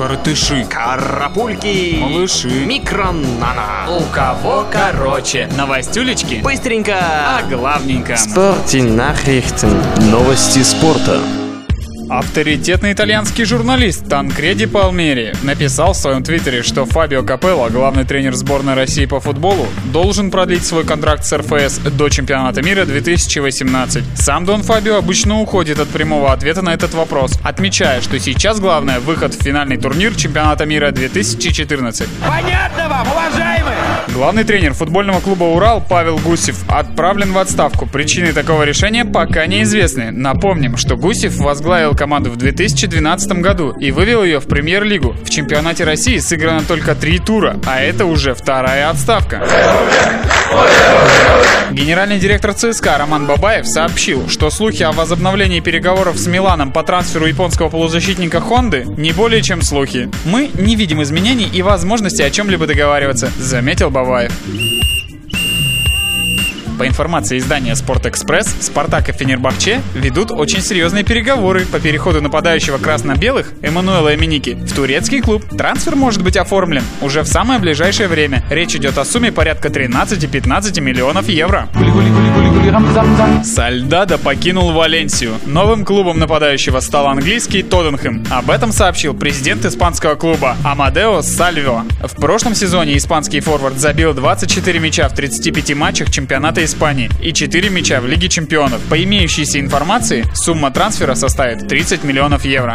коротыши, карапульки, малыши, микронано. У кого короче. Новостюлечки. Быстренько. А главненько. Спортнахрихтен. Новости спорта. Авторитетный итальянский журналист Танкреди Палмери написал в своем твиттере, что Фабио Капелло, главный тренер сборной России по футболу, должен продлить свой контракт с РФС до чемпионата мира 2018. Сам Дон Фабио обычно уходит от прямого ответа на этот вопрос, отмечая, что сейчас главное выход в финальный турнир чемпионата мира 2014. Понятно вам, уважаемые! Главный тренер футбольного клуба «Урал» Павел Гусев отправлен в отставку. Причины такого решения пока неизвестны. Напомним, что Гусев возглавил команду в 2012 году и вывел ее в премьер-лигу. В чемпионате России сыграно только 3 тура, а это уже вторая отставка. Генеральный директор ЦСКА Роман Бабаев сообщил, что слухи о возобновлении переговоров с Миланом по трансферу японского полузащитника Хонды не более чем слухи. Мы не видим изменений и возможности о чем-либо договариваться, заметил Бабаев. По информации издания «Спортэкспресс», «Спартак» и «Фенербахче» ведут очень серьезные переговоры по переходу нападающего красно-белых Эммануэла Эминики в турецкий клуб. Трансфер может быть оформлен уже в самое ближайшее время. Речь идет о сумме порядка 13-15 миллионов евро. Сальдадо покинул Валенсию. Новым клубом нападающего стал английский Тоттенхэм. Об этом сообщил президент испанского клуба Амадео Сальвио. В прошлом сезоне испанский форвард забил 24 мяча в 35 матчах чемпионата Испании и 4 мяча в Лиге чемпионов. По имеющейся информации, сумма трансфера составит 30 миллионов евро.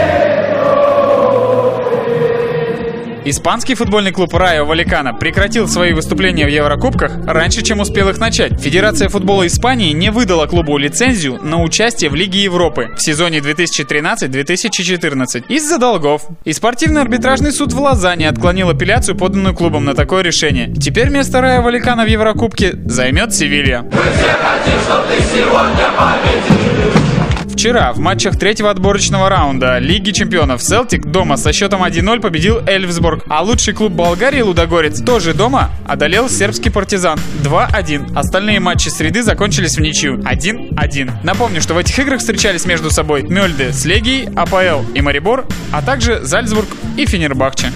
Испанский футбольный клуб Райо Валлекано прекратил свои выступления в Еврокубках раньше, чем успел их начать. Федерация футбола Испании не выдала клубу лицензию на участие в Лиге Европы в сезоне 2013-2014 из-за долгов. И спортивный арбитражный суд в Лозанне отклонил апелляцию, поданную клубом, на такое решение. Теперь место Райо Валлекано в Еврокубке займет Севилья. Вчера в матчах третьего отборочного раунда Лиги чемпионов Селтик дома со счетом 1-0 победил Эльфсборг, а лучший клуб Болгарии Лудогорец тоже дома одолел сербский Партизан 2-1. Остальные матчи среды закончились в ничью 1-1. Напомню, что в этих играх встречались между собой Мёльде с Легией, АПЛ и Марибор, а также Зальцбург и Фенербахче.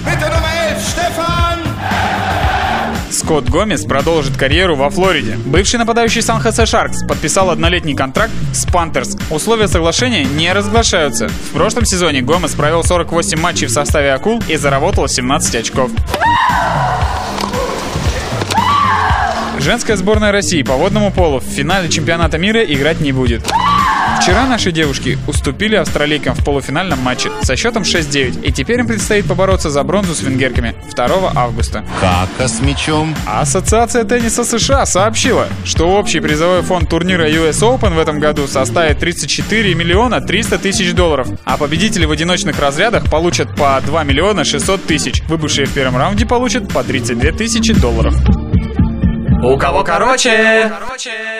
Скотт Гомес продолжит карьеру во Флориде. Бывший нападающий Сан-Хосе Шаркс подписал однолетний контракт с Пантерс. Условия соглашения не разглашаются. В прошлом сезоне Гомес провел 48 матчей в составе акул и заработал 17 очков. Женская сборная России по водному полу в финале чемпионата мира играть не будет. Вчера наши девушки уступили австралийкам в полуфинальном матче со счетом 6-9, и теперь им предстоит побороться за бронзу с венгерками 2 августа. Кака с мячом. Ассоциация тенниса США сообщила, что общий призовой фонд турнира US Open в этом году составит 34 миллиона 300 тысяч долларов, а победители в одиночных разрядах получат по 2 миллиона 600 тысяч. Выбывшие в первом раунде получат по 32 тысячи долларов. У кого короче?